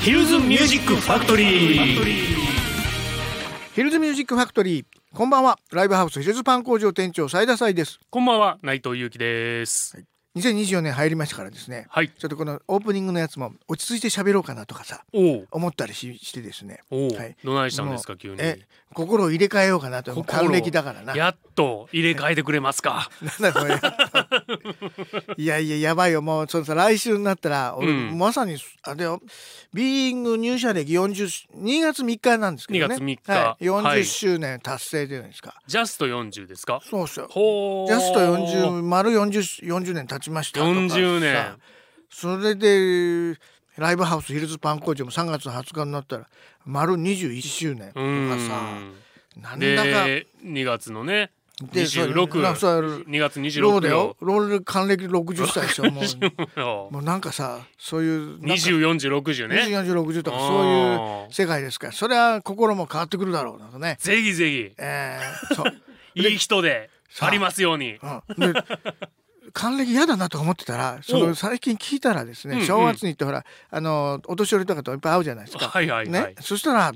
ヒルズミュージックファクトリー。 ヒルズミュージックファクトリー、こんばんは。ライブハウスヒルズパン工場店長斉田斉です。 こんばんは、内藤裕樹です。 2024年入りましたからですね、 はい、 ちょっとこのオープニングのやつも落ち着いて喋ろうかなとかさ思ったりしてですね、 はい、どないしたんですか急に。 心を入れ替えようかなと。還暦だからな。 やっと入れ替えてくれますか。 なんだこれいややばいよ。もうそのさ、来週になったら俺、まさにあれよ、ビーイング入社歴2月3日なんですけどね。 2月3日、 はい、40周年達成じゃないですか。 ジャスト40ですか。 そうそう、ジャスト40丸40年経ちましたとかさ。 40年。 それでライブハウスヒルズパン工場も3月20日になったら丸21周年とかさ、なんだかで2月のね26、2月26 だよ。ロール還暦60歳でしょもうなんかさ、そういう 204060ね、 204060とかそういう世界ですから、それは心も変わってくるだろうなとね。 ぜひぜひ、そういい人でありますように。 還暦嫌だなとか思ってたら、その最近聞いたらですね、正月に行ってほらお年寄りとかといっぱい会うじゃないですか。ね、そしたら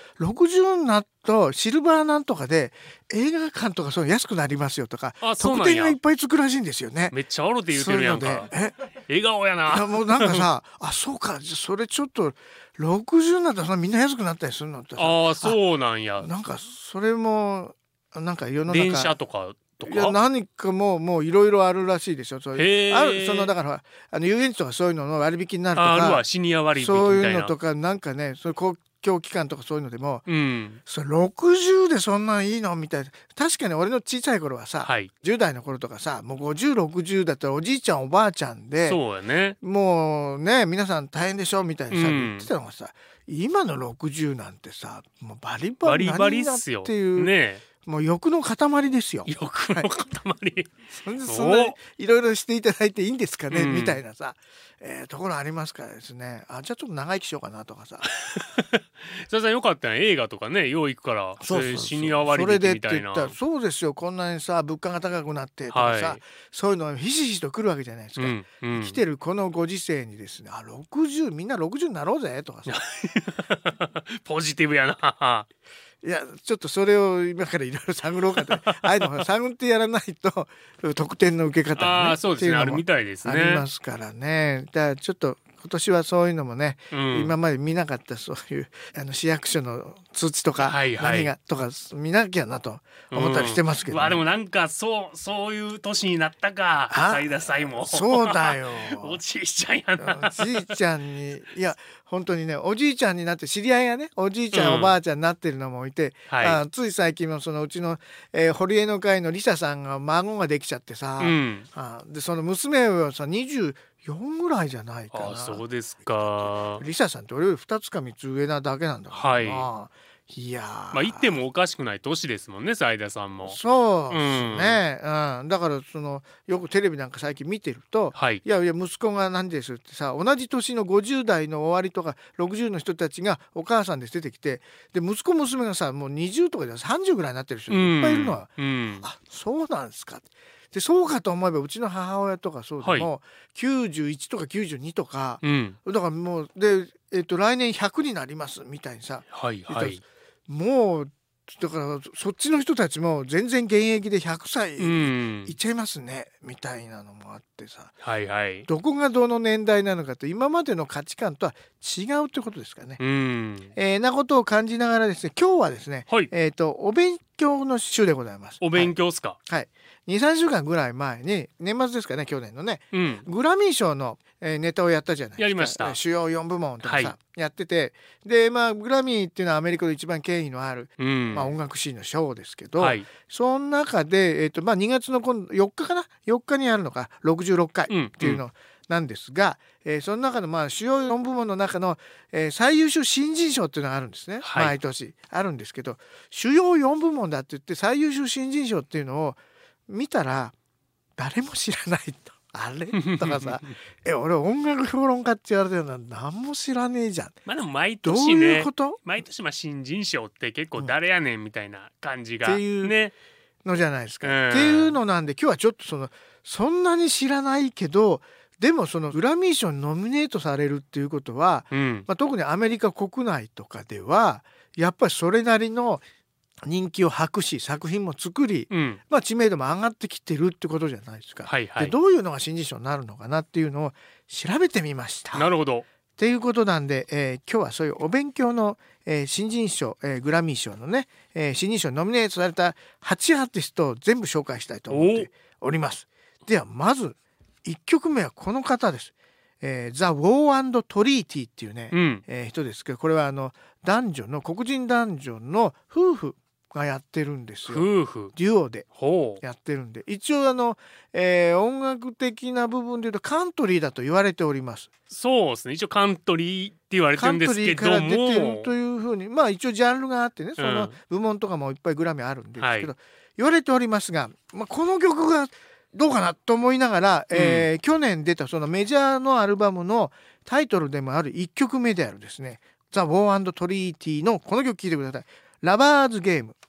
60になるとシルバーなんとかで映画館とかそう安くなりますよとか、特典がいっぱいつくらしいんですよね。 めっちゃおろって言ってるやんか。笑顔やな。 もうなんかさそうか、それちょっと60になったらみんな安くなったりするのってさ。 そうなんや。 なんかそれもなんか世の中電車とかいや何かもういろいろあるらしいでしょ。そういうそのだから遊園地とかそういうのの割引になるとか、 あるわ、シニア割引みたいな、 そういうのとか、なんかね、そういう公共機関とかそういうのでも、それ60でそんなんいいのみたいな。確かに俺の小さい頃はさ、10代の頃とかさ、もう5060だったらおじいちゃんおばあちゃんで、 そうやね、 もうね皆さん大変でしょみたいにさ、言ってたのがさ、今の60なんてさ、もうバリバリ何だっていうね。もう欲の塊ですよ。 欲の塊、 そんないろいろしていただいていいんですかね、みたいなさ、ところありますからですね。じゃあちょっと長生きしようかなとかささんよかったね、映画とかねよう行くから。シニア割引みたいな。それでって言ったらそうですよ。こんなにさ物価が高くなってとかさ、そういうのひしひしと来るわけじゃないですか。来てるこのご時世にですね、60みんな60になろうぜとかさポジティブやな。 いやちょっとそれを今からいろいろ探ろうかと。ああいうの探ってやらないと特典の受け方がね、 そうですね、あるみたいですね。 ありますからね。だからちょっと今年はそういうのもね、今まで見なかったそういう市役所の通知とか何がとか見なきゃなと思ったりしてますけど、ね。 でもなんかそういう年になったか、斉田さんも。 そうだよ。 おじいちゃんやな。 おじいちゃんに、いや本当にね、おじいちゃんになって知り合いがね、おじいちゃん、おばあちゃんになってるのもいて、つい最近もそのうちの、堀江の会のリサさんが孫ができちゃってさ、でその娘はさ24ぐらいじゃないかな。 そうですか。 リサさんって俺より2つか3つ上なだけなんだからな。いや言ってもおかしくない年ですもんね、斉田さんも。 そうですね、だからよくテレビなんか最近見てると、いや息子が何ですってさ、同じ年の50代の終わりとか60の人たちがお母さんで出てきて、で息子娘がさもう20とかで30ぐらいになってる人いっぱいいるのは、そうなんですか。でそうかと思えばうちの母親とかそうでも、91とか92とか、だからもうで、来年100になりますみたいにさ、もうだからそっちの人たちも全然現役で100歳いっちゃいますね、みたいなのもあってさ、どこがどの年代なのかと今までの価値観とは違うということですからね。なことを感じながらですね、今日はですね、お勉強の週でございます。 お勉強っすか。 2,3 週間ぐらい前に、年末ですかね、去年のね、グラミー賞のネタをやったじゃないですか。 やりました。 主要4部門とかさ、やってて、でグラミーっていうのはアメリカで一番権威のある、音楽シーンの賞ですけど、その中で、2月の今度4日かな、4日にあるのか66回っていうのなんですが、その中の主要4部門の中の、最優秀新人賞っていうのがあるんですね、毎年あるんですけど、主要4部門だって言って最優秀新人賞っていうのを見たら誰も知らないと。あれとかさ俺音楽評論家って言われてるのは何も知らねえじゃん。 でも毎年ね、 どういうこと？ 毎年新人賞って結構誰やねんみたいな感じが、 っていうのじゃないですか、っていうのなんで、今日はちょっとそんなに知らないけどでもそのグラミー賞にノミネートされるっていうことは、特にアメリカ国内とかではやっぱりそれなりの人気を博し作品も作り、知名度も上がってきてるってことじゃないですか。でどういうのが新人賞になるのかなっていうのを調べてみました。 なるほど。 っていうことなんで、今日はそういうお勉強の、新人賞、グラミー賞のね、新人賞にノミネートされた8アーティストを全部紹介したいと思っております。ではまず1曲目はこの方です。ザ・ウォー&トリーティーっていうね、人ですけど、これは男女の黒人男女の夫婦がやってるんですよ。 夫婦デュオでやってるんで、一応音楽的な部分でいうとカントリーだと言われております。 そうですね、一応カントリーって言われてるんですけども、 カントリーから出てるというふうに一応ジャンルがあってね、その部門とかもいっぱいグラミーあるんですけど、言われておりますが、この曲がどうかなと思いながら、去年出たそのメジャーのアルバムのタイトルでもある1曲目であるですね、ザ・ウォー&トリーティーのこの曲聴いてください。ラバーズゲーム。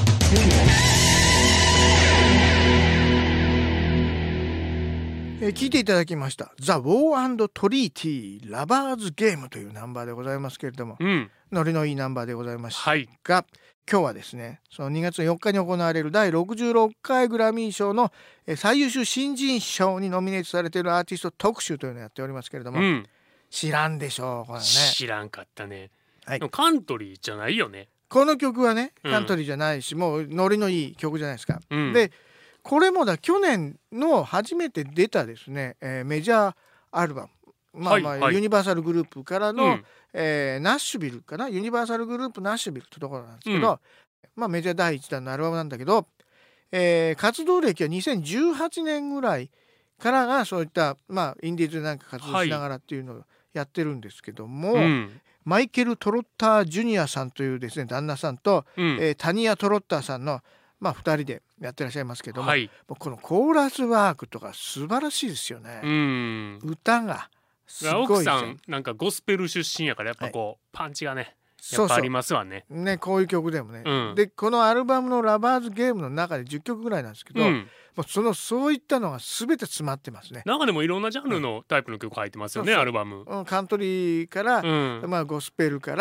聞いていただきましたザ・ウォー&トリーティーラバーズゲームというナンバーでございますけれども、ノリのいいナンバーでございますが、今日はですね、その2月4日に行われる第66回グラミー賞の最優秀新人賞にノミネートされているアーティスト特集というのをやっておりますけれども、知らんでしょうこれね。 知らんかったね。でもカントリーじゃないよね。 この曲はねカントリーじゃないし、もうノリのいい曲じゃないですか。でこれも去年の初めて出たですね、メジャーアルバム、ユニバーサルグループからの、ナッシュビルかな、ユニバーサルグループナッシュビルってところなんですけど、メジャー第1弾のアルバムなんだけど、活動歴は2018年ぐらいからがそういった、インディーズでなんか活動しながらっていうのをやってるんですけども、マイケル・トロッター・ジュニアさんというですね旦那さんと、タニア・トロッターさんの2人でやってらっしゃいますけども、このコーラスワークとか素晴らしいですよね。歌がすごい奥さんなんかゴスペル出身やからやっぱパンチがねやっぱありますわね。 こういう曲でもね、でこのアルバムのラバーズゲームの中で10曲ぐらいなんですけど、そういったのが全て詰まってますね。 中でもいろんなジャンルのタイプの曲入ってますよね、アルバム。 カントリーから、ゴスペルから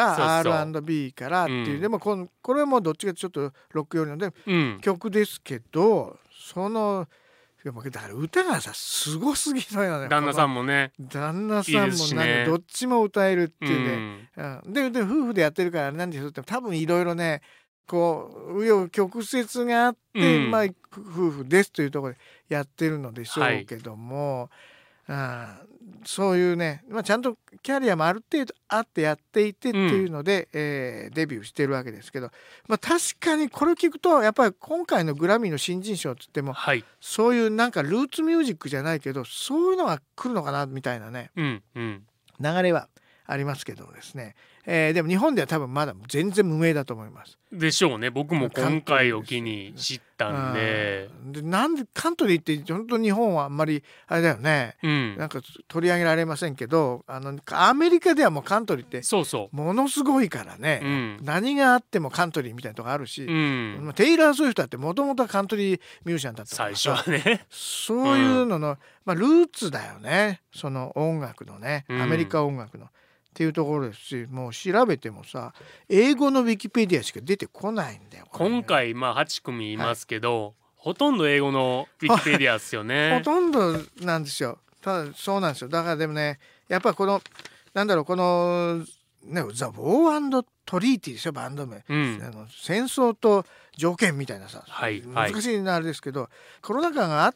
R&B からっていう、でもこれはもうどっちかちょっとロック寄りので、曲ですけど、だから歌がさすごすぎのよね。 旦那さんもね、 旦那さんもなんかどっちも歌えるっていうね、で夫婦でやってるからなんでしょうって、多分いろいろねこう紆余曲折があって、夫婦ですというところでやってるのでしょうけども、そういうね、ちゃんとキャリアもある程度あってやっていてっていうので、デビューしてるわけですけど、確かにこれを聞くとやっぱり今回のグラミーの新人賞って言っても、そういうなんかルーツミュージックじゃないけどそういうのが来るのかなみたいなね、流れはありますけどですね、でも日本では多分まだ全然無名だと思います。 でしょうね。僕も今回を機に知ったんで、 なんでカントリーって本当日本はあんまりあれだよね、なんか取り上げられませんけど、アメリカではもうカントリーってものすごいからね、何があってもカントリーみたいなとこあるし、テイラー・スウィフトだってもともとはカントリーミュージシャンだったから最初はね、 そういうのの、ルーツだよね、その音楽のね、アメリカ音楽の。っていうところですし、もう調べてもさ英語のウィキペディアしか出てこないんだよ。 今回8組いますけど、ほとんど英語のウィキペディアですよね。 ほとんどなんですよ。ただそうなんですよ。だからでもね、やっぱこのこのね、ザ・ウォー&トリーティーですよ、バンド名、戦争と条件みたいなさ、難しいなあれですけど、コロナ禍があって、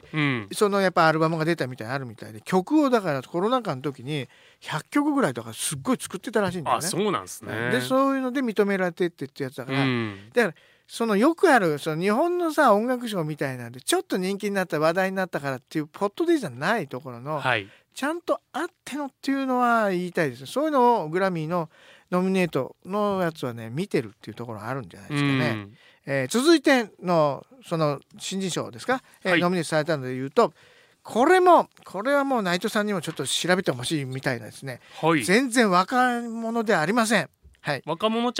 そのやっぱアルバムが出たみたいなあるみたいで、曲をだからコロナ禍の時に100曲ぐらいとかすっごい作ってたらしいんだよね。 そうなんですね。 でそういうので認められてってやつだから、だからそのよくあるその日本のさ音楽賞みたいなんでちょっと人気になった話題になったからっていうポットでじゃないところの、ちゃんとあってのっていうのは言いたいです。そういうのをグラミーのノミネートのやつはね見てるっていうところあるんじゃないですかね。続いてのその新人賞ですか、ノミネートされたので言うと、これはもう内藤さんにもちょっと調べてほしいみたいなですね、全然若者ではありません。 若者ちゃうの？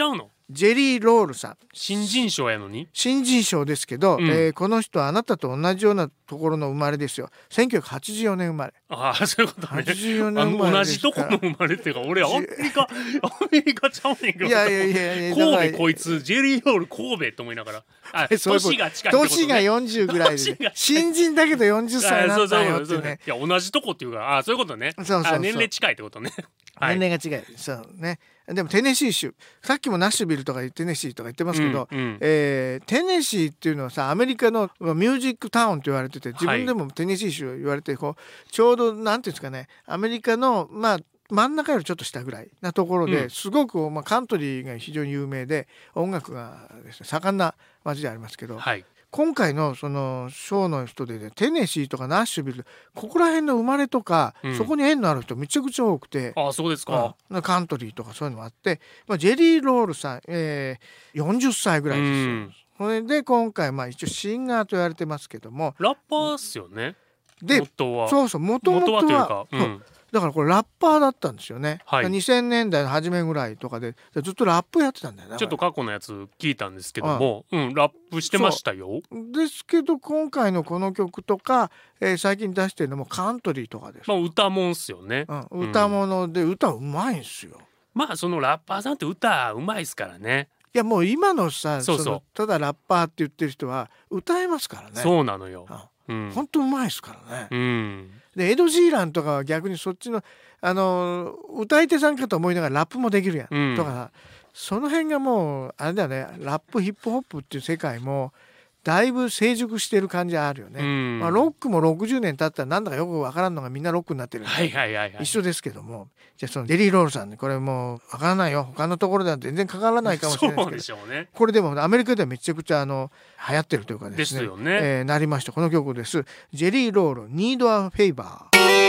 ジェリー・ロールさん。 新人賞やのに。 新人賞ですけど、この人はあなたと同じようなところの生まれですよ。1984年生まれ。 ああ、そういうことね。 84年生まれ同じとこの生まれっていうか、俺アメリカちゃうねんけど。 いや神戸こいつジェリーロール神戸と思いながら。年が近いってことね。 年が40ぐらいで、新人だけど40歳になったよってね。 いや同じとこっていうか、そういうことね。年齢近いってことね。 年齢が違い、そうね。でもテネシー州、さっきもナッシュビルとかテネシーとか言ってますけど、テネシーっていうのはさ、アメリカのミュージックタウンと言われてて、自分でもテネシー州言われて、こうちょうどなんていうんですかね、アメリカの真ん中よりちょっと下ぐらいなところで、すごくカントリーが非常に有名で音楽がですね盛んな街でありますけど、今回のそのショーの人で、テネシーとかナッシュビル、ここら辺の生まれとか、そこに縁のある人めちゃくちゃ多くて、 そうですか。 カントリーとかそういうのもあって、ジェリー・ロールさん、40歳ぐらいですよ。それで今回一応シンガーと言われてますけども、 ラッパーっすよね。 で、そうそう、元々はだからこれラッパーだったんですよね、2000年代の初めぐらいとかでずっとラップやってたんだよね。 ちょっと過去のやつ聞いたんですけども、ラップしてましたよ。 ですけど今回のこの曲とか、最近出してるのもカントリーとかです。 歌もんっすよね。 歌物で歌うまいんすよ。 そのラッパーさんって歌うまいっすからね。 いやもう今のさ、ただラッパーって言ってる人は歌えますからね。 そうなのよ。 本当うまいですからね。 でエド・シーランとかは逆にそっちの歌い手さんかと思いながらラップもできるやん、とかその辺がもうあれだよね。ラップヒップホップっていう世界もだいぶ成熟してる感じあるよね。ロックも60年経ったらなんだかよくわからんのがみんなロックになってるんで、一緒ですけども、じゃあそのジェリー・ロールさんね、これもうわからないよ、他のところでは全然かからないかもしれないですけど、これでもアメリカではめちゃくちゃ流行ってるというかですね、 ですよね。 なりました。この曲です。ジェリー・ロール Need a Favor。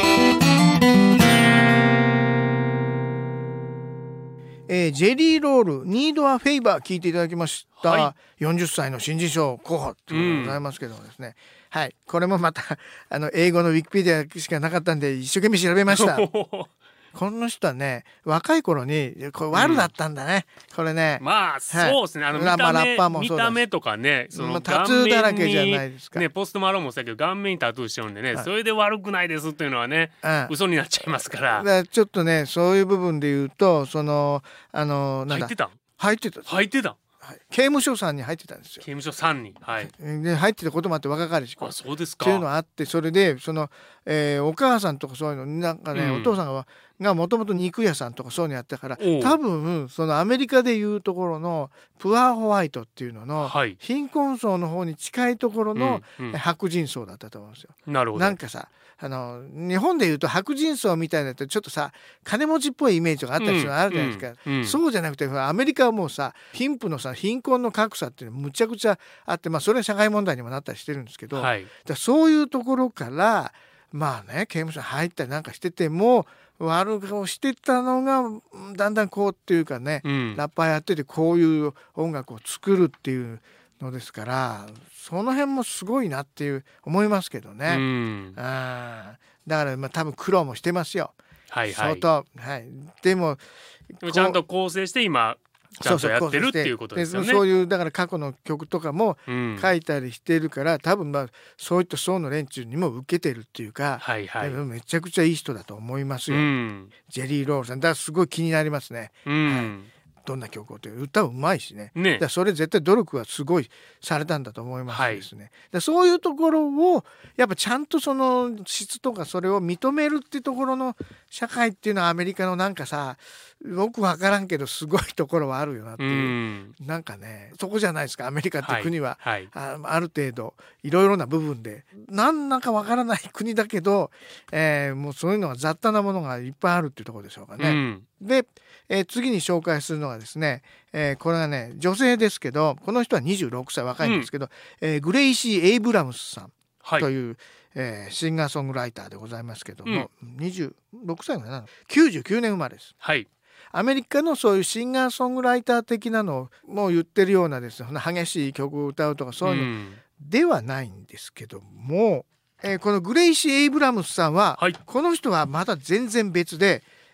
ジェリー・ロール Need a Favor 聞いていただきました、40歳の新人賞候補ということでございますけどもですね、これもまた英語のウィキペディアしかなかったんで一生懸命調べました。この人はね、若い頃にこれ悪だったんだね、これね。 そうですね。見た目とかね、そのタトゥーだらけじゃないですか。 ポストマローンもそうだけど顔面にタトゥーしてるんでね、それで悪くないですっていうのはね、嘘になっちゃいますから。 だからちょっとね、そういう部分で言うと、そのなんだ、入ってた刑務所さんに入ってたんですよ。 刑務所3人、 で入ってたこともあって、若かりし頃。 そうですか。 っていうのがあって、それでその、お母さんとかそういうのなんかね、お父さんがもともと肉屋さんとかそういうのやったから、多分そのアメリカでいうところのプアホワイトっていうのの、貧困層の方に近いところの白人層だったと思うんですよ。 なるほど。 なんかさ、日本でいうと白人層みたいなとちょっとさ、金持ちっぽいイメージがあったりするのあるじゃないですか。そうじゃなくてアメリカはもうさ、貧富のさ、貧困の格差っていうのむちゃくちゃあって、それは社会問題にもなったりしてるんですけど、そういうところから刑務所に入ったりなんかしてても悪顔してたのがだんだんこうっていうかね、ラッパーやっててこういう音楽を作るっていうのですから、その辺もすごいなっていう思いますけどね。だから多分苦労もしてますよ、相当。でもちゃんと構成して今ちゃんとやってるっていうことですよね。 そういうだから過去の曲とかも書いたりしてるから、多分そういった層の連中にも受けてるっていうか、めちゃくちゃいい人だと思いますよ、ジェリー・ロールさん。だからすごい気になりますね。どんな曲をって歌うまいしね。だそれ絶対努力はすごいされたんだと思いますですね。そういうところをやっぱちゃんとその質とかそれを認めるっていうところの社会っていうのはアメリカのなんかさ、よく分からんけどすごいところはあるよなっていう、なんかね、そこじゃないですかアメリカって国は、ある程度いろいろな部分でなんか分からない国だけど、もうそういうのが雑多なものがいっぱいあるっていうところでしょうかね。で、次に紹介するのがですね、これはね女性ですけど、この人は26歳若いんですけど、グレイシー・エイブラムスさんという、シンガーソングライターでございますけども、26歳ぐらいなの、99年生まれです。アメリカのそういうシンガーソングライター的なのをもう言ってるようなですね、激しい曲を歌うとかそういうのではないんですけども、このグレイシー・エイブラムスさんは、この人はまた全然別で、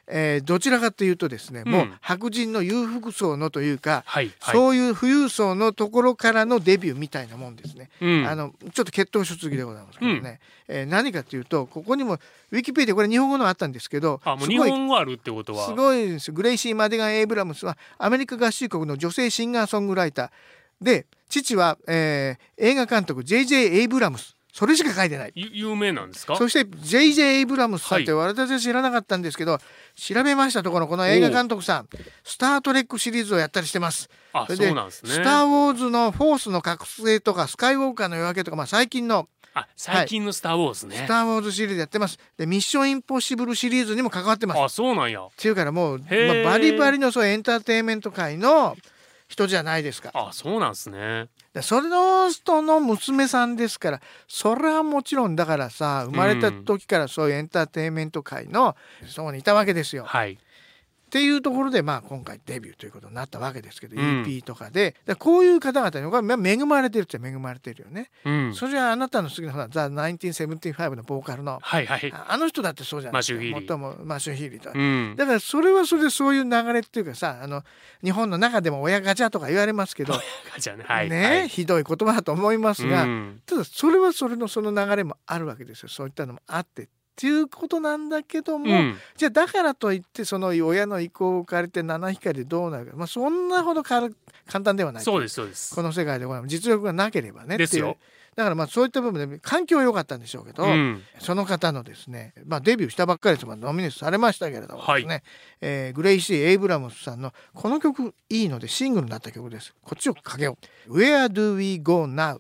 どちらかというとですね、もう白人の裕福層のというか、そういう富裕層のところからのデビューみたいなもんですね。ちょっと血統出議でございますけどね、何かというと、ここにもウィキペディア、これ日本語のあったんですけど、 もう日本語あるってことはすごいです。グレイシー・マディガン・エイブラムスはアメリカ合衆国の女性シンガーソングライターで、父は、映画監督 J.J. エイブラムス、それしか書いてない。 有名なんですか？ そして J.J. エイブラムスさんって私は知らなかったんですけど、調べましたところ、この映画監督さんスタートレックシリーズをやったりしてます。 それでそうなんですね。 スター・ウォーズのフォースの覚醒とかスカイウォーカーの夜明けとか、最近のスター・ウォーズね。 スター・ウォーズシリーズやってます。でミッション・インポッシブルシリーズにも関わってます。 そうなんや。 っていうからもう、バリバリのエンターテインメント界の人じゃないですか。 そうなんですね。 それの人の娘さんですから、それはもちろんだからさ、生まれた時からそういうエンターテインメント界のそこにいたわけですよ。っていうところで今回デビューということになったわけですけど、EP とかでこういう方々に恵まれてるって恵まれてるよね。それはあなたの好きなザ・1975のボーカルの、あの人だってそうじゃないですか。マシュー・ヒーリーと、だからそれはそれでそういう流れっていうかさ、日本の中でも親ガチャとか言われますけどひどい言葉だと思いますが、ただそれはそれのその流れもあるわけですよ。そういったのもあってっていうことなんだけども、じゃあだからといってその親の意向を借りて七光りでどうなるか、そんなほど簡単ではない。 そうですこの世界で実力がなければねっていう。だからそういった部分で環境は良かったんでしょうけど、その方のですね、デビューしたばっかりですがノミネートされましたけれどもですね、グレイシー・エイブラムスさんのこの曲いいのでシングルになった曲です。こっちをかけよう。 Where do we go now？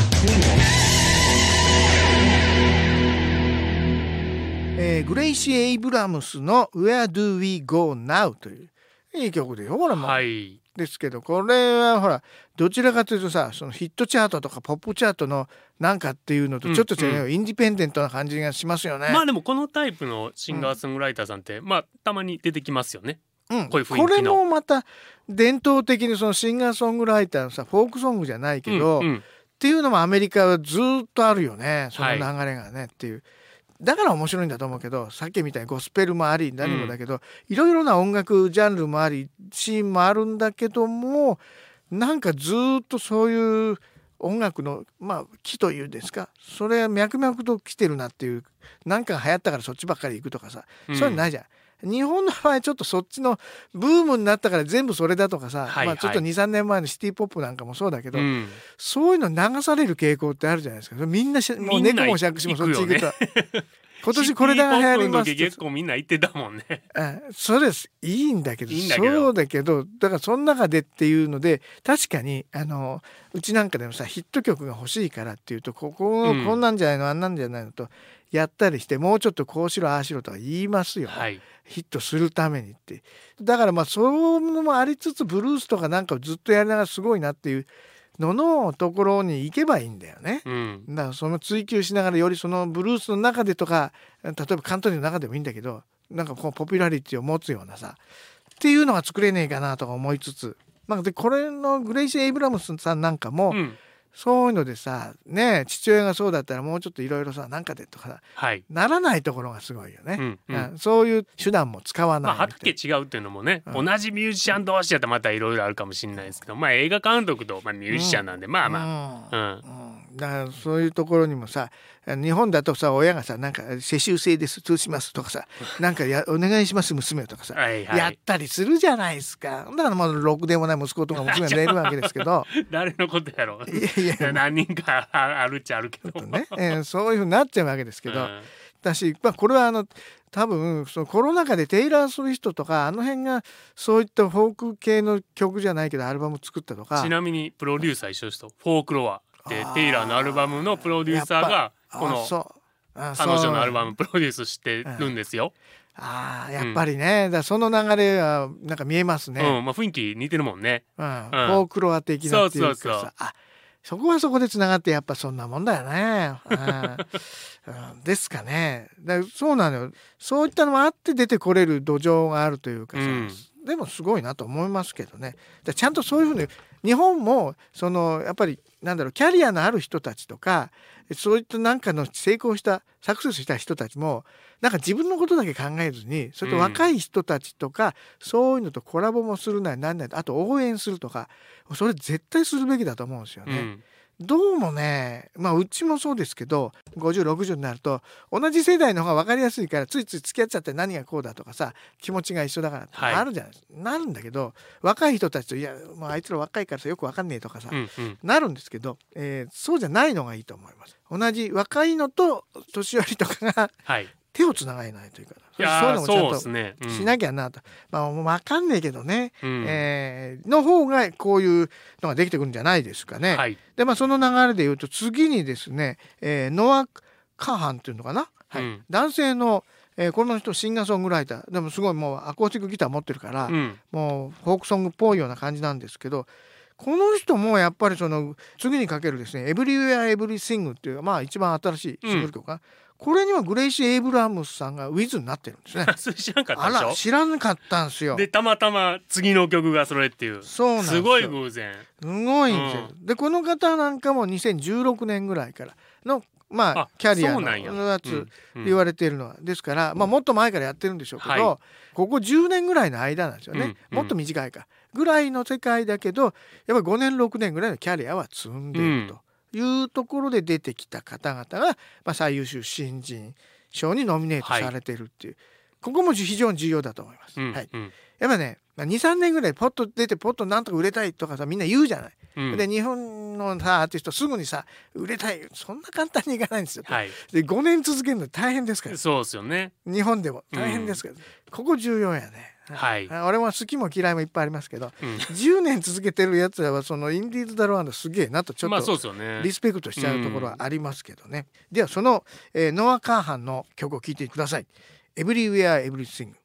グレイシー・エイブラムスの Where do we go now といういい曲でよ、これも、ですけど、これはほらどちらかというとさ、そのヒットチャートとかポップチャートのなんかっていうのとちょっと違う、インディペンデントな感じがしますよね。 でもこのタイプのシンガーソングライターさんって、たまに出てきますよね。こういう雰囲気の。 これもまた伝統的にそのシンガーソングライターのさ、フォークソングじゃないけど、っていうのもアメリカはずっとあるよね、その流れがね、っていう。だから面白いんだと思うけど、さっきみたいにゴスペルもあり何もだけど、いろいろな音楽ジャンルもありシーンもあるんだけども、なんかずっとそういう音楽の木というんですか、それは脈々と来てるなっていう、なんか流行ったからそっちばっかり行くとかさ、そういうのないじゃん。日本の場合ちょっとそっちのブームになったから全部それだとかさ、ちょっと 2,3 年前のシティポップなんかもそうだけど、そういうの流される傾向ってあるじゃないですか。みんなもう猫も借子もそっち行くと今年これだが流行りますって結構みんな言ってたもんね。 それですいいんだけどそうだけど、だからその中でっていうので、確かにうちなんかでもさ、ヒット曲が欲しいからっていうと、こんなんじゃないのあんなんじゃないのとやったりして、もうちょっとこうしろああしろとは言いますよ、ヒットするためにって。だからそういうのもありつつ、ブルースとかなんかをずっとやりながらすごいなっていうのところに行けばいいんだよね。だからその追求しながら、よりそのブルースの中でとか、例えばカントリーの中でもいいんだけど、なんかこうポピュラリティを持つようなさっていうのが作れねえかなとか思いつつ、でこれのグレイシー・エイブラムスさんなんかも、そういうのでさね、父親がそうだったらもうちょっといろいろさ、なんかでとかならないところがすごいよね。そういう手段も使わない。 畑違うっていうのもね、同じミュージシャン同士だったらまたいろいろあるかもしれないですけど、映画監督とミュージシャンなんで、 だからそういうところにもさ、日本だとさ、親がさ、なんか世襲制です通しますとかさ、なんかお願いします娘とかさやったりするじゃないですか。だからろくでもない息子とか娘が出るわけですけど誰のことやろう何人かあるっちゃあるけどね、そういうふうになっちゃうわけですけど、私これは多分そのコロナ禍でテイラー・スウィフトとかあの辺がそういったフォーク系の曲じゃないけどアルバム作ったとか。 ちなみにプロデューサー一緒ですと、フォークロアでテイラーのアルバムのプロデューサーがこの彼女のアルバムプロデュースしてるんですよ。 やっぱりね、だからその流れはなんか見えますね。 雰囲気似てるもんね。 フォークロア的なっていうかさ、そこはそこでつながって、やっぱそんなもんだよね。ですかね。そうなのよ。そういったのもあって出てこれる土壌があるというかさ、 でもすごいなと思いますけどね。ちゃんとそういうふうに日本もやっぱりキャリアのある人たちとかそういったなんかの成功したサクセスした人たちも自分のことだけ考えずにそれと若い人たちとか、そういうのとコラボもするなりなんなりあと応援するとかそれ絶対するべきだと思うんですよね。どうもねうちもそうですけど50、60になると同じ世代の方が分かりやすいからついつい付き合っちゃって何がこうだとかさ気持ちが一緒だからってあるじゃないですか、なるんだけど若い人たちとあいつら若いからさよく分かんねえとかさ、なるんですけど、そうじゃないのがいいと思います。同じ若いのと年寄りとかが、手をつながれないというか、そういうのもちゃんとしなきゃなと、分かんねえけどね、の方がこういうのができてくるんじゃないですかね。でその流れでいうと次にですね、ノア・カーハンっていうのかな、男性の、この人シンガーソングライターでもすごいもうアコースティックギター持ってるから、もうフォークソングっぽいような感じなんですけど、この人もやっぱり次にかけるですね「エブリウェア・エブリシング」っていう一番新しいシングル曲かな、これにはグレイシー・エイブラムスさんがウィズになってるんですね。 それ知らんかったでしょ。 知らなかったんですよ。 でたまたま次の曲がそれっていう、 そうなんですよ。 すごい偶然。 すごいんですよ。でこの方なんかも2016年ぐらいからのキャリアのやつ言われているのはですから、もっと前からやってるんでしょうけど、ここ10年ぐらいの間なんですよね、もっと短いかぐらいの世界だけどやっぱり5年6年ぐらいのキャリアは積んでいるというところで出てきた方々が、最優秀新人賞にノミネートされているっていう、ここも非常に重要だと思います。やっぱね 2,3 年ぐらいポッと出てポッとなんとか売れたいとかさみんな言うじゃない、で日本のさアーティストすぐにさ売れたいそんな簡単にいかないんですよ、で5年続けるの大変ですから。 そうですよね。 日本でも大変ですから、ここ重要やね。俺も好きも嫌いもいっぱいありますけど、10年続けてるやつらはそのインディーズ・ダロワンドすげえなとちょっとリスペクトしちゃうところはありますけどね。ではその、ノア・カーハンの曲を聴いてください。エブリウェア・エブリシング。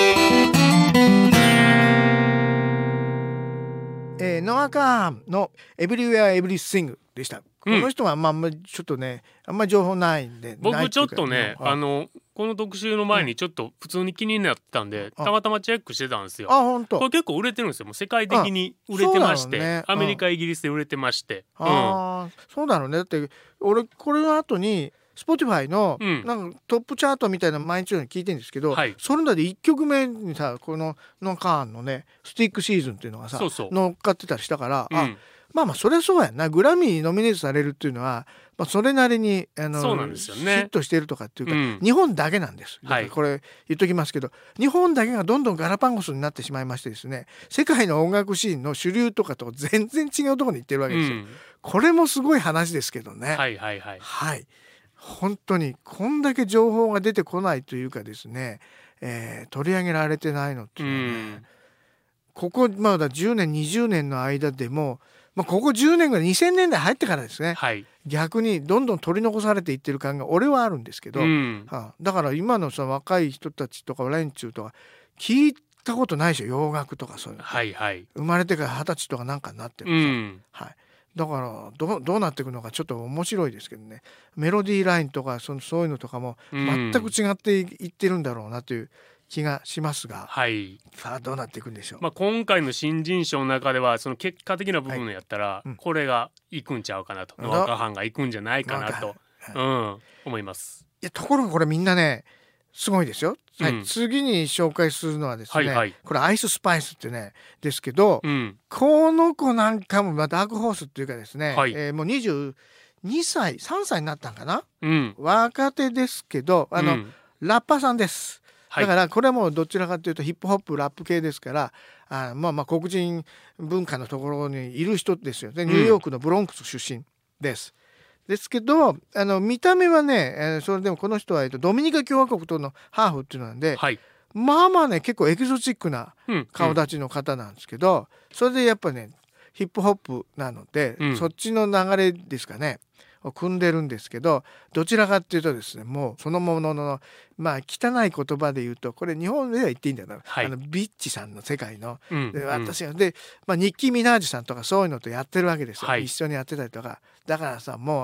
ノア・カーハンのエブリウェア・エブリシングでした。この人はちょっとねあんまり情報ないんで、 僕ちょっとねこの特集の前にちょっと普通に気になってたんで、たまたまチェックしてたんですよ。 本当。 これ結構売れてるんですよ。もう世界的に売れてまして、アメリカイギリスで売れてまして、 そうだろうね。だって俺これの後にSpotify のなんかトップチャートみたいな毎日のように聞いてるんですけど、それで1曲目にさこのノカーンのねスティックシーズンっていうのがさ乗っかってたりしたから、そりゃそうやな。グラミーノミネートされるっていうのは、それなりにそうなんですよね、 ヒットしてるとかっていうか、日本だけなんです。だからこれ言っときますけど、日本だけがどんどんガラパゴスになってしまいましてですね、世界の音楽シーンの主流とかと全然違うところに行ってるわけですよ、これもすごい話ですけどね。本当にこんだけ情報が出てこないというかですね、取り上げられてないのっていうのはね、ここまだ10年20年の間でもここ10年ぐらい2000年代入ってからですね、逆にどんどん取り残されていってる感が俺はあるんですけど、だから今のその若い人たちとか連中とか聞いたことないでしょ、洋楽とかそういうの、生まれてから20歳とかなんかになってるさ、だからどうなっていくのかちょっと面白いですけどね。メロディーラインとかそういうのとかも全く違っていってるんだろうなという気がしますが、さあどうなっていくんでしょう。 今回の新人賞の中ではその結果的な部分やったら、これがいくんちゃうかなと、ノア・カーハンがいくんじゃないかなと、思います。 ところがこれみんなねすごいですよ。次に紹介するのはですね、これアイススパイスってねですけど、この子なんかもダークホースっていうかですね、もう22歳3歳になったんかな、若手ですけどラッパーさんです。だからこれはもうどちらかというとヒップホップラップ系ですから、黒人文化のところにいる人ですよね。ニューヨークのブロンクス出身です。ですけど見た目はね、それでもこの人はドミニカ共和国とのハーフっていうのなんで、ね結構エキゾチックな顔立ちの方なんですけど、それでやっぱねヒップホップなので、そっちの流れですかねを組んでるんですけど、どちらかっていうとですね、もうそのものの汚い言葉で言うとこれ日本では言っていいんだよな、ビッチさんの世界の、私がで、ニッキー・ミナージュさんとかそういうのとやってるわけですよ、一緒にやってたりとか。だからさもう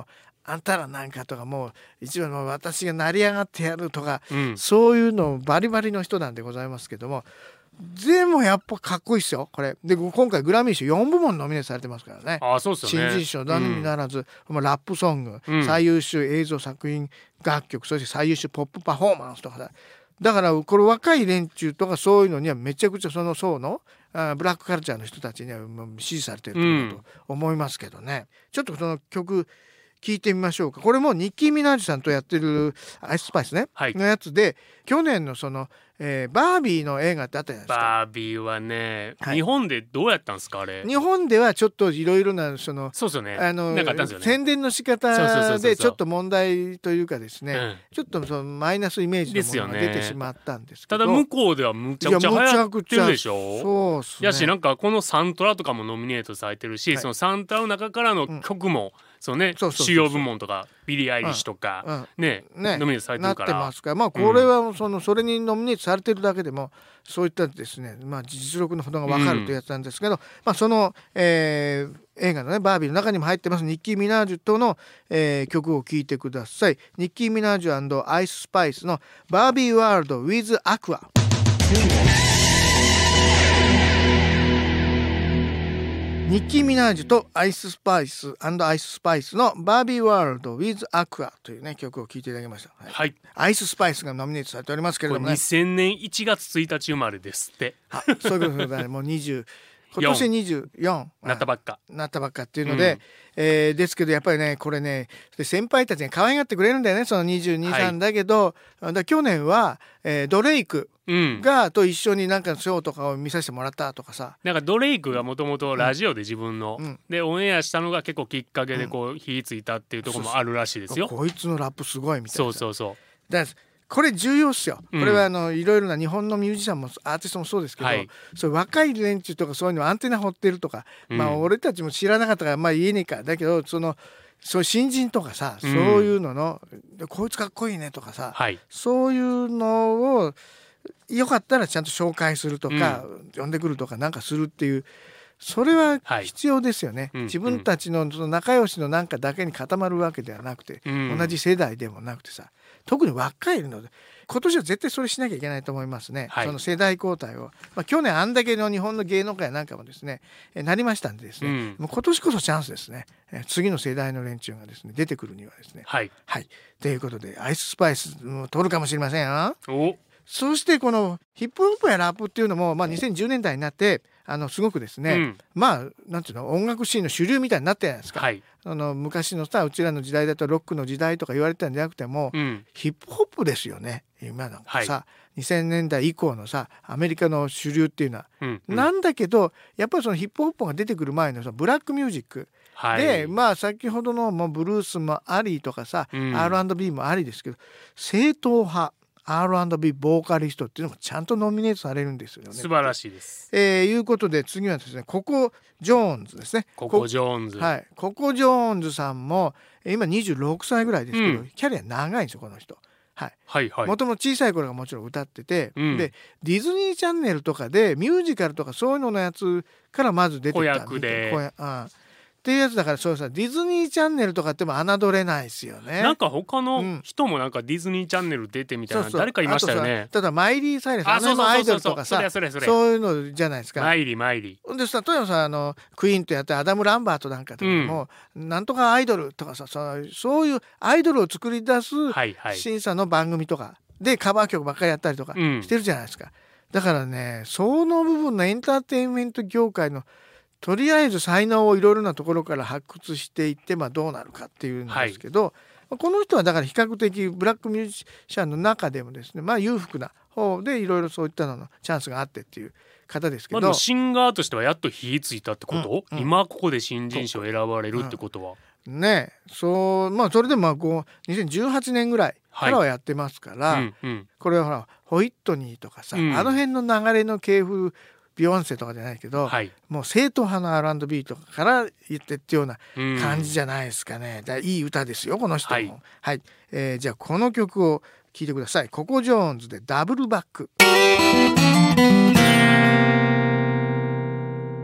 あんたらなんかとかもう一番の私が成り上がってやるとか、そういうのバリバリの人なんでございますけども、でもやっぱかっこいいっすよこれで。今回グラミー賞4部門ノミネートされてますからね。 そうっすよね。 新人賞のみならず、ラップソング、最優秀映像作品楽曲、そして最優秀ポップパフォーマンスとかだからこれ若い連中とかそういうのにはめちゃくちゃその層のブラックカルチャーの人たちには支持されてるということ思いますけどね。ちょっとその曲聞いてみましょうか。これもニッキー・ミナージュさんとやってるアイススパイスね、のやつで、去年のその、バービーの映画ってあったじゃないですか。 バービーはね、日本でどうやったんですかあれ。 日本ではちょっといろいろなそのそうですよね。なんかあったんですよね。 宣伝の仕方でちょっと問題というかですね、ちょっとそのマイナスイメージのものが出てしまったんですけど、 ただ向こうではむちゃくちゃ流行ってるでしょ。 そうっすね。 やしなんかこのサントラとかもノミネートされてるし、そのサントラの中からの曲もそうね、主要部門とかビリー・アイリッシュとかねノミネートされてるからなってますから、 まあこれはそれにノミネートされてるだけでもそういったですね、まあ実力のほどが分かるというやつなんですけど、まあその映画のねバービーの中にも入ってますニッキー・ミナージュとの曲を聴いてください。ニッキー・ミナージュ&アイススパイスのバービーワールド with アクア。ニッキー・ミナージュとアイススパイス&アイススパイスのバービーワールド with アクアというね曲を聴いていただきました。 はい。 アイススパイスがノミネートされておりますけれどもね。 2000年1月1日生まれですって。 そういうことでもう20今年24 なったばっかっていうので、ですけどやっぱりねこれね先輩たちに可愛がってくれるんだよね、その22、3だけど、去年は、ドレイクがと一緒になんかショーとかを見させてもらったとかさ、 なんかドレイクがもともとラジオで自分の、でオンエアしたのが結構きっかけでこう火ついたっていうところもあるらしいですよ。 こいつのラップすごいみたいな。 そうだからこれ重要っすよ。これはいろいろな日本のミュージシャンもアーティストもそうですけど、そういう若い連中とかそういうのアンテナ張ってるとか、まあ俺たちも知らなかったからまあ言えねえかだけど、そういう新人とかさ、そういうののこいつかっこいいねとかさ、そういうのをよかったらちゃんと紹介するとか、呼んでくるとかなんかするっていう、それは必要ですよね。自分たちのその仲良しのなんかだけに固まるわけではなくて、同じ世代でもなくてさ、特に若いので今年は絶対それしなきゃいけないと思いますね。その世代交代を、去年あんだけの日本の芸能界なんかもですねなりましたんでですね、もう今年こそチャンスですね。次の世代の連中がですね出てくるにはですね、ということでアイススパイスも取るかもしれませんよ。そしてこのヒップホップやラップっていうのも、2010年代になってすごくですね、なんていうの音楽シーンの主流みたいになってるじゃないですか。昔のさうちらの時代だとロックの時代とか言われてたんじゃなくても、ヒップホップですよね今なんかさ、2000年代以降のさアメリカの主流っていうのは、なんだけどやっぱりそのヒップホップが出てくる前のブラックミュージックで、先ほどのブルースもありとかさ、R&B もありですけど、正統派R&B ボーカリストっていうのもちゃんとノミネートされるんですよね。 素晴らしいです。 いうことで次はですねココ・ジョーンズですね。 ココ・ジョーンズ。 ココ・ジョーンズさんも今26歳ぐらいですけど、キャリア長いんですよこの人。もともと小さい頃がもちろん歌ってて、でディズニーチャンネルとかでミュージカルとかそういうののやつからまず出てきた子役で。 っていうやつだから、そうさディズニーチャンネルとかっても侮れないですよね。 なんか他の人もなんかディズニーチャンネル出てみたいな誰かいましたよね。 ただマイリー・サイレスアイドルとかさ、そういうのじゃないですか。 マイリーでさ、例えばさクイーンとやったアダム・ランバートなんかとかも、なんとかアイドルとかさ、そういうアイドルを作り出す審査の番組とかでカバー曲ばっかりやったりとかしてるじゃないですか。だからね、その部分のエンターテインメント業界のとりあえず才能をいろいろなところから発掘していって、どうなるかっていうんですけど、この人はだから比較的ブラックミュージシャンの中でもですね、裕福な方でいろいろそういったののチャンスがあってっていう方ですけど、 シンガーとしてはやっと火ついたってこと、今ここで新人賞選ばれるってことは、 ね、それで2018年ぐらいからはやってますから、これはほらホイットニーとかさ、あの辺の流れの系譜、ビヨンセとかじゃないけど、もう正統派の R&B とかから言ってってような感じじゃないですかね。いい歌ですよこの人も。じゃあこの曲を聴いてください。ココ・ジョーンズでダブルバック。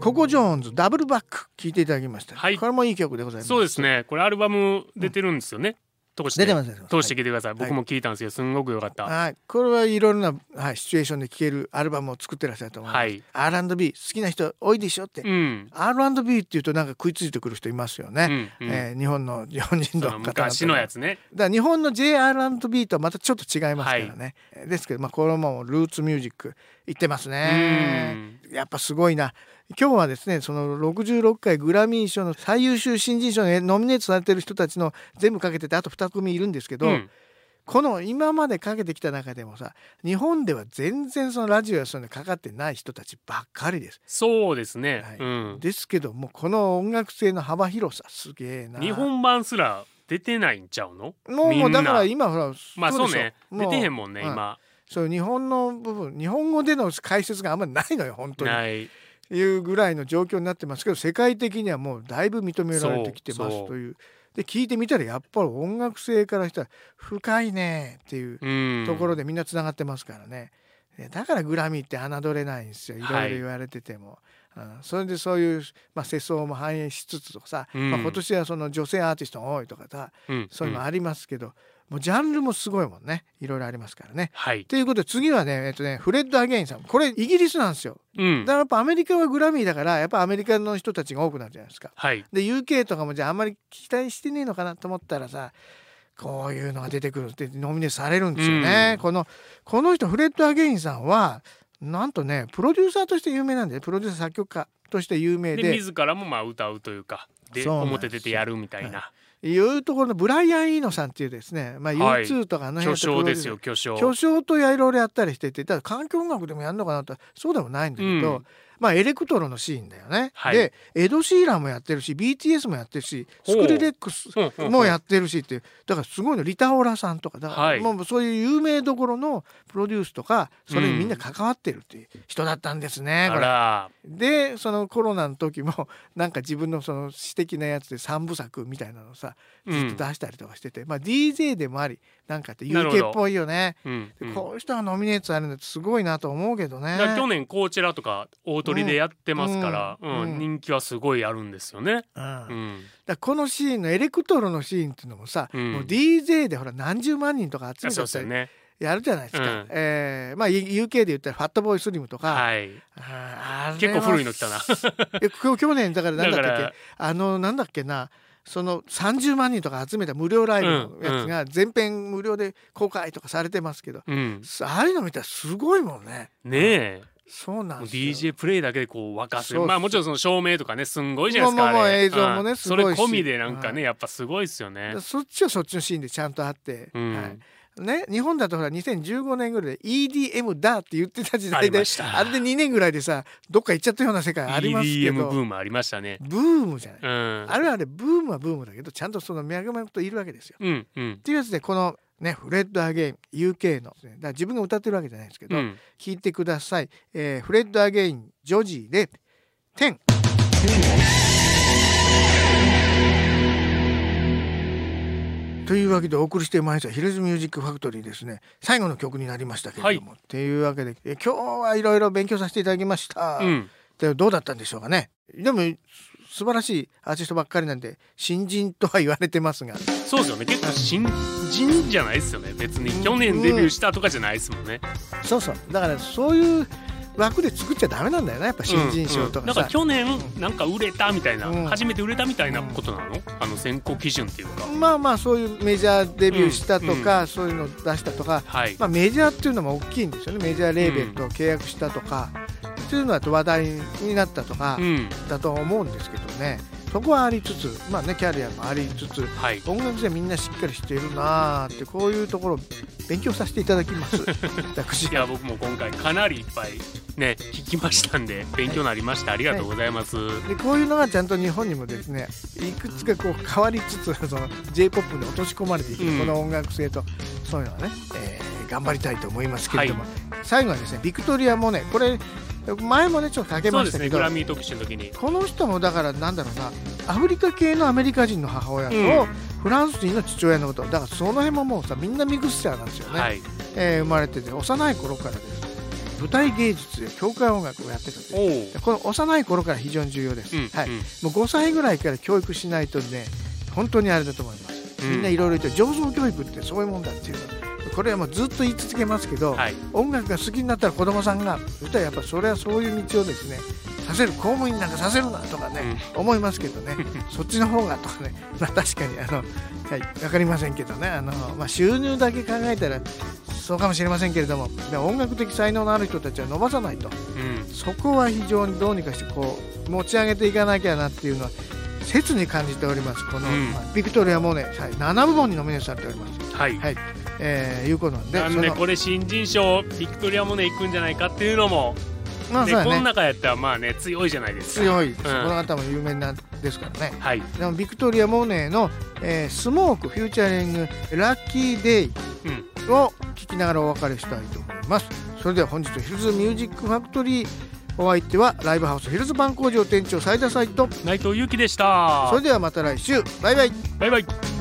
ココ・ジョーンズダブルバック聴いていただきました、はい、これもいい曲でございます。 そうですね、これアルバム出てるんですよね、通して出てます通して聞いてください、はい、僕も聞いたんですよ、すんごく良かった、 はい、これはいろいろな、はい、シチュエーションで聴けるアルバムを作ってらっしゃると思います、はい、R&B 好きな人多いでしょって、うん、R&B っていうとなんか食いついてくる人いますよね、うんうん、日本人の方昔のやつね。 だから日本の J.R.&B とはまたちょっと違いますからね、はい、ですけど、これもルーツミュージック言ってますね。やっぱすごいな。今日はですね、その66回グラミー賞の最優秀新人賞にノミネートされてる人たちの全部かけててあと2組いるんですけど、この今までかけてきた中でもさ、日本では全然そのラジオやそういうのかかってない人たちばっかりです。 そうですね、 はい、ですけどもこの音楽性の幅広さすげえな。 日本版すら出てないんちゃうの？ もうだから今ほらまあそうね、出てへんもんね今。 そう日本の部分、日本語での解説があんまりないのよ本当に。ないいうぐらいの状況になってますけど、世界的にはもうだいぶ認められてきてますという。で聞いてみたらやっぱり音楽性からしたら深いねっていうところでみんなつながってますからね。だからグラミーって侮れないんですよ、いろいろ言われてても、はい、それでそういう、世相も反映しつつとかさ、今年はその女性アーティストが多いとかさ、そういうのありますけど、もうジャンルもすごいもんね、いろいろありますからね。はい、ということで次はね、フレッド・アゲインさん、これイギリスなんですよ、だからやっぱアメリカはグラミーだからやっぱアメリカの人たちが多くなるじゃないですか、はい、で UK とかもじゃああんまり期待してねえのかなと思ったらさ、こういうのが出てくるってノミネートされるんですよね、この人フレッド・アゲインさんはなんとねプロデューサーとして有名なんで、プロデューサー作曲家として有名 で自らも歌うというかで表出てやるみたいな、 いうところのブライアン・イーノさんっていうですね、U2 とかの巨匠ですよ、巨匠といろいろやったりしてて、ただ環境音楽でもやるのかなとそうでもないんだけど、エレクトロのシーンだよね、はい、でエド・シーランもやってるし BTS もやってるしスクリレックスもやってるしっていう、だからすごいの、リタ・オラさんとかだから、もうそういう有名どころのプロデュースとかそれにみんな関わってるっていう人だったんですね、これでそのコロナの時もなんか自分のその私的なやつで3部作みたいなのさずっと出したりとかしてて、DJ でもありなんかって UK っぽいよね、こういう人がノミネートされるのってすごいなと思うけどね。 去年コーチェラとか大鳥でやってますから、人気はすごいあるんですよね、 だこのシーンのエレクトロのシーンっていうのもさ、もう DJ でほら何十万人とか集めちゃったりやるじゃないですか、UK で言ったらファットボーイスリムとか、はい、 結構古いの来たな去年だからなんだったっけ、なんだっけな、その30万人とか集めた無料ライブのやつが全編無料で公開とかされてますけど、ああいうの見たらすごいもんね。 ねえ、 そうなんですよ。 DJ プレイだけでこう沸かせる、もちろんその照明とかねすんごいじゃないですか、あれ映像もねすごいし、 それ込みでなんかね、やっぱすごいですよね。 そっちはそっちのシーンでちゃんとあって、ね、日本だとほら2015年ぐらいで EDM だって言ってた時代で あれで2年ぐらいでさどっか行っちゃったような世界ありますけど、 EDM ブームありましたね。 ブームじゃない、あれはブームはブームだけどちゃんとその脈々といるわけですよ、っていうやつでこのねフレッド・アゲイン UK の、だから自分が歌ってるわけじゃないですけど、聞いてください、フレッド・アゲインジョジーで10。というわけでお送りしてまいりましたヒルズミュージックファクトリーですね、最後の曲になりましたけれども、っていうわけで今日はいろいろ勉強させていただきました、でどうだったんでしょうかね。でも素晴らしいアーティストばっかりなんで新人とは言われてますが、 そうですよね、結構新人じゃないですよね、別に去年デビューしたとかじゃないですもんね、 そうだからそういう枠で作っちゃダメなんだよね、やっぱ新人賞とかさ、 なんか去年なんか売れたみたいな、初めて売れたみたいなことなの、選考基準っていうか、 そういうメジャーデビューしたとか、そういうの出したとか、メジャーっていうのも大きいんですよね。メジャーレーベルと契約したとか、っていうのは話題になったとかだと思うんですけどね、そこはありつつキャリアもありつつ、音楽性みんなしっかりしているなって、こういうところを勉強させていただきますいや僕も今回かなりいっぱいね聞きましたんで勉強になりました、ありがとうございます、 でこういうのがちゃんと日本にもですねいくつかこう変わりつつその J-POP で落とし込まれていく、この音楽性とそういうのはね、頑張りたいと思いますけれども、最後はですねビクトリア・モネ、これ前もねちょっとかけましたけど、 グラミー特集の時にこの人もだからなんだろうな、アフリカ系のアメリカ人の母親と、フランス人の父親のことだから、その辺ももうさみんなミクスチャーなんですよね、生まれてて幼い頃からです。 舞台芸術で教会音楽をやってたんです。この幼い頃から非常に重要です、もう5歳ぐらいから教育しないとね本当にあれだと思います。みんないろいろ言って醸造教育ってそういうもんだっていうの、これはもうずっと言い続けますけど、音楽が好きになったら子供さんが歌やっぱそれはそういう道をですねさせる、公務員なんかさせるなとかね、思いますけどねそっちの方がとかね、確かに分かりませんけどね、収入だけ考えたらそうかもしれませんけれども、音楽的才能のある人たちは伸ばさないと、そこは非常にどうにかしてこう持ち上げていかなきゃなっていうのは切に感じております。この、ビクトリア・モネ、7部門にノミネートされております。いうことなんで、 これ新人賞ビクトリア・モネ行くんじゃないかっていうのも、この中やったら強いじゃないですか。 強いです、この方も有名なんですからね。でもビクトリア・モネの、スモークフューチャリングラッキーデイを聞きながらお別れしたいと思います。それでは本日ヒルズミュージックファクトリー、お相手はライブハウスヒルズパン工場店長斉田斉と内藤裕樹でした。 それではまた来週、バイバイ。 バイバイ。